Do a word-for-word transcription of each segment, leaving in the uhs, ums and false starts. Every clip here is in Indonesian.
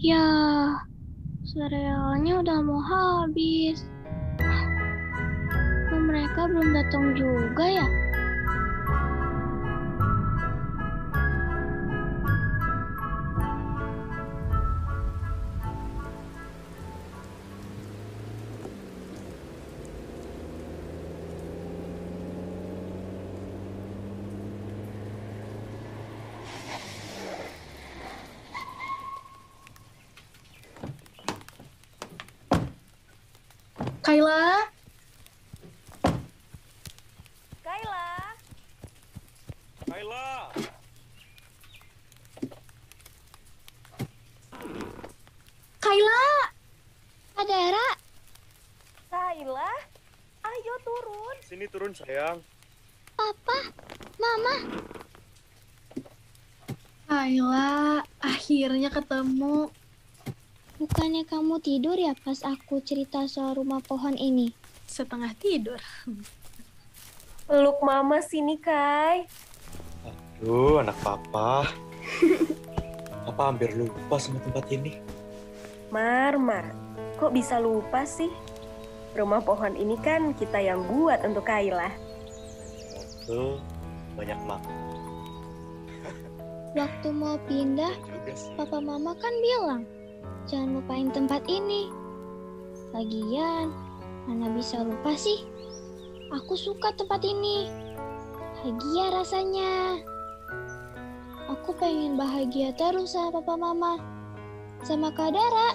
Yah, serealnya udah mau habis. Kok mereka belum datang juga ya? Kayla? Kayla? Kayla! Kayla! Adara, Kayla? Ayo turun. Sini turun sayang. Papa, Mama. Kayla, akhirnya ketemu. Bukannya kamu tidur ya pas aku cerita soal rumah pohon ini? Setengah tidur. Peluk mama sini, Kay. Aduh, anak papa. Papa hampir lupa sama tempat ini. Mar, Mar, kok bisa lupa sih? Rumah pohon ini kan kita yang buat untuk Kayla. Tuh, banyak mak. Waktu mau pindah, juga sih. Papa Mama kan bilang, jangan lupain tempat ini. Lagian, mana bisa lupa sih? Aku suka tempat ini. Bahagia rasanya. Aku pengen bahagia terus sama Papa Mama. Sama Kak Dara.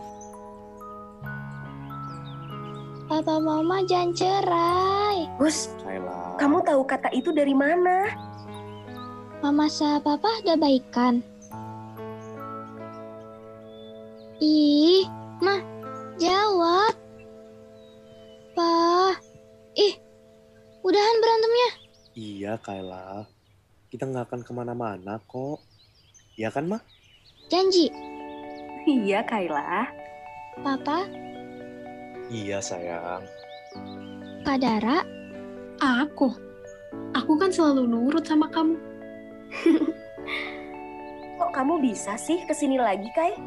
Papa Mama jangan cerai. Gus, Kayla. kamu tahu kata itu dari mana? Mama sama Papa udah baikan. Ih, Mah, jawab. Pa, ih, udahan berantemnya. Iya, Kayla. Kita nggak akan kemana-mana kok. Iya kan, Mak? Janji, Iya, Kayla. Papa, Iya, sayang. Kak Dara, Aku? Aku kan selalu nurut sama kamu. Kok kamu bisa sih kesini lagi, Kay?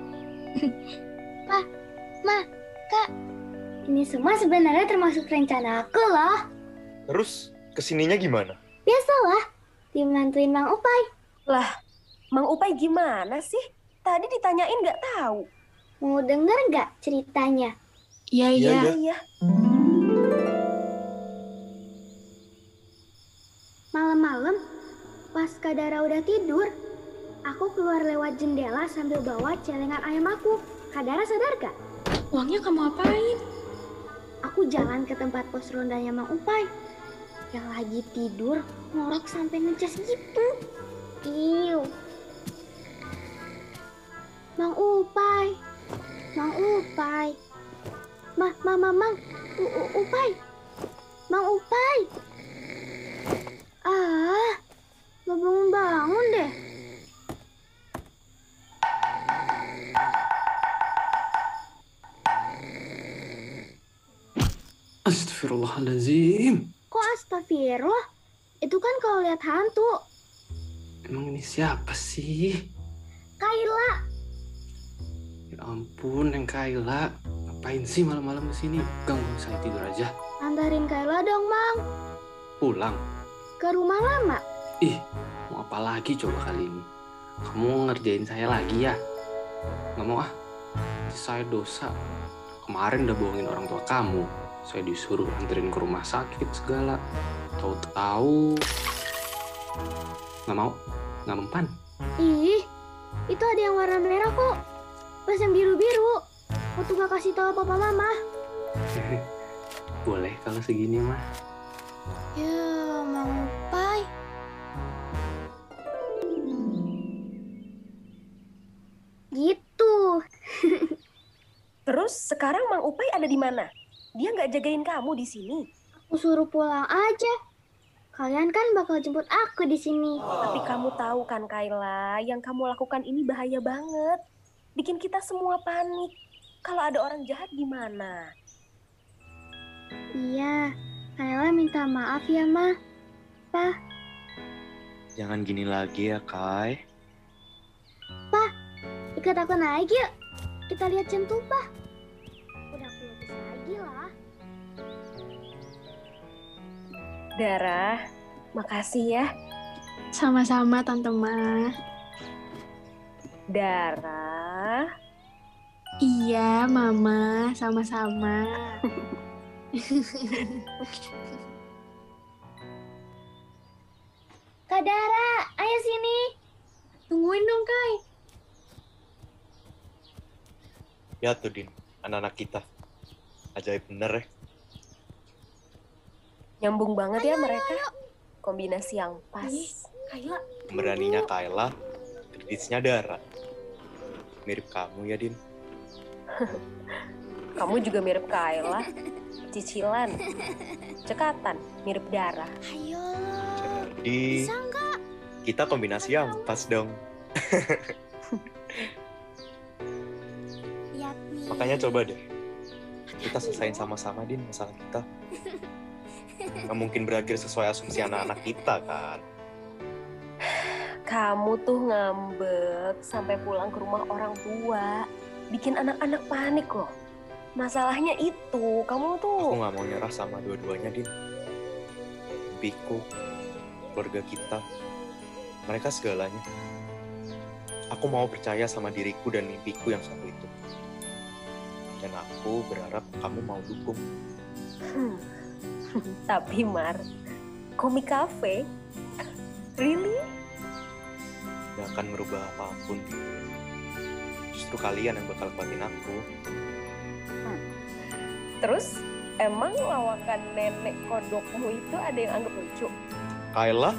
Ma, Kak. Ini semua sebenarnya termasuk rencana aku loh. Terus, kesininya gimana? Biasalah, tim bantuin Mang Upai. Lah, Mang Upai gimana sih? Tadi ditanyain nggak tahu. Mau denger nggak ceritanya? Iya, Iya, iya. iya. Iya. Malam-malam, pas Kak Dara udah tidur, aku keluar lewat jendela sambil bawa celengan ayam aku. Kak Dara sadar gak? Uangnya kamu apain? Aku jalan ke tempat pos rondanya Mang Upai. Yang lagi tidur, ngorok sampai ngecas gitu. Iu. Mang Upai. Mang Upai. Ma, ma, ma, Mang. U, U, Upai. Mang Upai. Ah, gak bangun-bangun deh. Astagfirullahaladzim. Kok astagfirullah? Itu kan kalau lihat hantu. Emang ini siapa sih? Kayla. Ya ampun, Neng Kayla. Ngapain sih malam-malam kesini? Ganggu saya tidur aja. Antarin Kayla dong, Mang. Pulang. Ke rumah lama. Ih, mau apa lagi coba kali ini? Kamu mau ngerjain saya lagi ya? Nggak mau ah. Saya dosa. Kemarin udah bohongin orang tua kamu. Saya disuruh anterin ke rumah sakit segala. Tahu-tahu. Nggak mau. Nggak mempan. Ih, itu ada yang warna merah kok. Pas yang biru-biru. Waktu gak kasih tahu papa mama. Boleh kalau segini mah. Ya, Mang Upai. Gitu. Terus sekarang Mang Upai ada di mana? Dia nggak jagain kamu di sini. Aku suruh pulang aja. Kalian kan bakal jemput aku di sini. Tapi kamu tahu kan, Kayla, yang kamu lakukan ini bahaya banget. Bikin kita semua panik. Kalau ada orang jahat gimana? Iya, Kayla minta maaf ya, Ma. Pa, Jangan gini lagi ya, Kai. ikut aku naik yuk. kita lihat jam tumpah. Udah aku lukis lagi lah. Dara, makasih ya. Sama-sama Tante Ma. Dara, Iya, Mama. Sama-sama. Kak Dara, ayo sini. Tungguin dong, Kai. Ya tuh, Din. Anak-anak kita. Ajaib bener ya. nyambung banget ya mereka. Kombinasi yang pas. Kayla. Pemberaninya Kayla, kritisnya Dara. Mirip kamu ya, Din. Kamu juga mirip Kayla. Cicilan, cekatan, mirip Dara. Ayo. Jadi, Bisa nggak? kita kombinasi yang pas dong. Lihat nih. Makanya coba deh, kita selesain sama-sama, Din, masalah kita. Nggak mungkin berakhir sesuai asumsi anak-anak kita, kan? Kamu tuh ngambek sampai pulang ke rumah orang tua. Bikin anak-anak panik loh. Masalahnya itu, kamu Aku tuh... nggak mau nyerah sama dua-duanya, Din. Mimpiku, keluarga kita, mereka segalanya. Aku mau percaya sama diriku dan mimpiku yang satu itu. Dan aku berharap kamu mau dukung. Hmm. Tapi Mar, Komik Cafe? Really? Gak akan merubah apapun. Justru kalian yang bakal kuatin aku. Terus, emang lawakan nenek kodokmu itu ada yang anggap lucu? Kayla?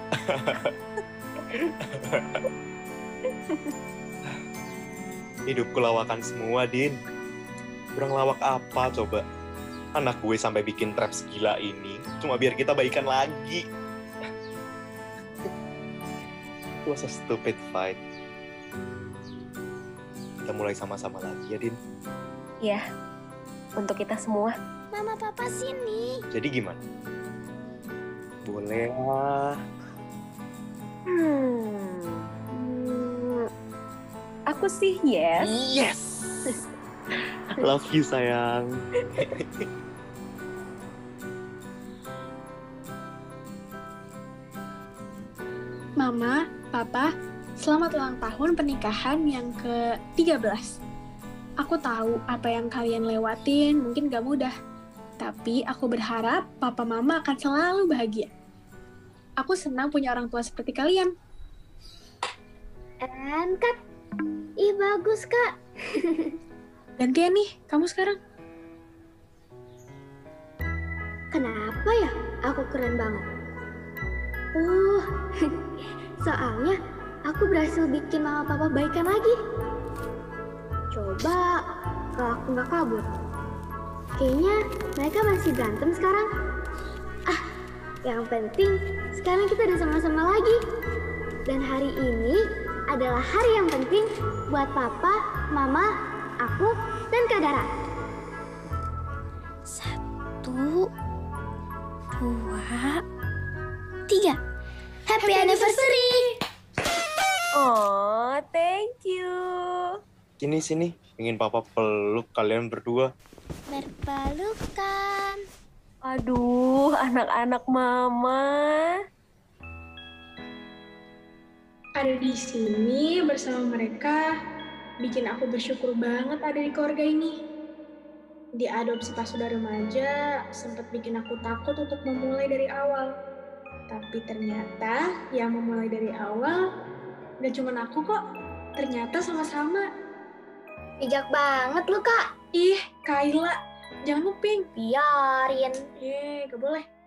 Hidupku lawakan semua, Din. Kurang lawak apa coba? Anak gue sampai bikin trap segila ini cuma biar kita baikan lagi. It was a stupid fight. Kita mulai sama-sama lagi ya, Din. Ya, untuk kita semua. Mama papa sini. Jadi gimana? Boleh lah. Hmm. Hmm. Aku sih yes. Yes! Love you, sayang. Mama, Papa, selamat ulang tahun pernikahan yang ke tiga belas. Aku tahu apa yang kalian lewatin mungkin gak mudah. Tapi aku berharap Papa Mama akan selalu bahagia. Aku senang punya orang tua seperti kalian. And cut. Ih bagus kak. Dan kayak nih, kamu sekarang. Kenapa ya aku keren banget? Oh, soalnya aku berhasil bikin mama papa baikan lagi. Coba kalau aku nggak kabur. Kayaknya mereka masih berantem sekarang. Ah, yang penting sekarang kita udah sama-sama lagi. Dan hari ini adalah hari yang penting buat papa, mama, aku, dan Kak Dara. Satu, dua, tiga. Happy anniversary! Oh, thank you. Sini, sini. Ingin papa peluk kalian berdua. Berpelukan. Aduh, anak-anak mama. Ada di sini bersama mereka, bikin aku bersyukur banget ada di keluarga ini. Diadopsi pas sudah remaja, sempat bikin aku takut untuk memulai dari awal. Tapi ternyata yang memulai dari awal, gak cuma aku kok, ternyata sama-sama. Bijak banget lu, Kak. Ih, Kayla, jangan nguping. Biarin. Eh, gak boleh.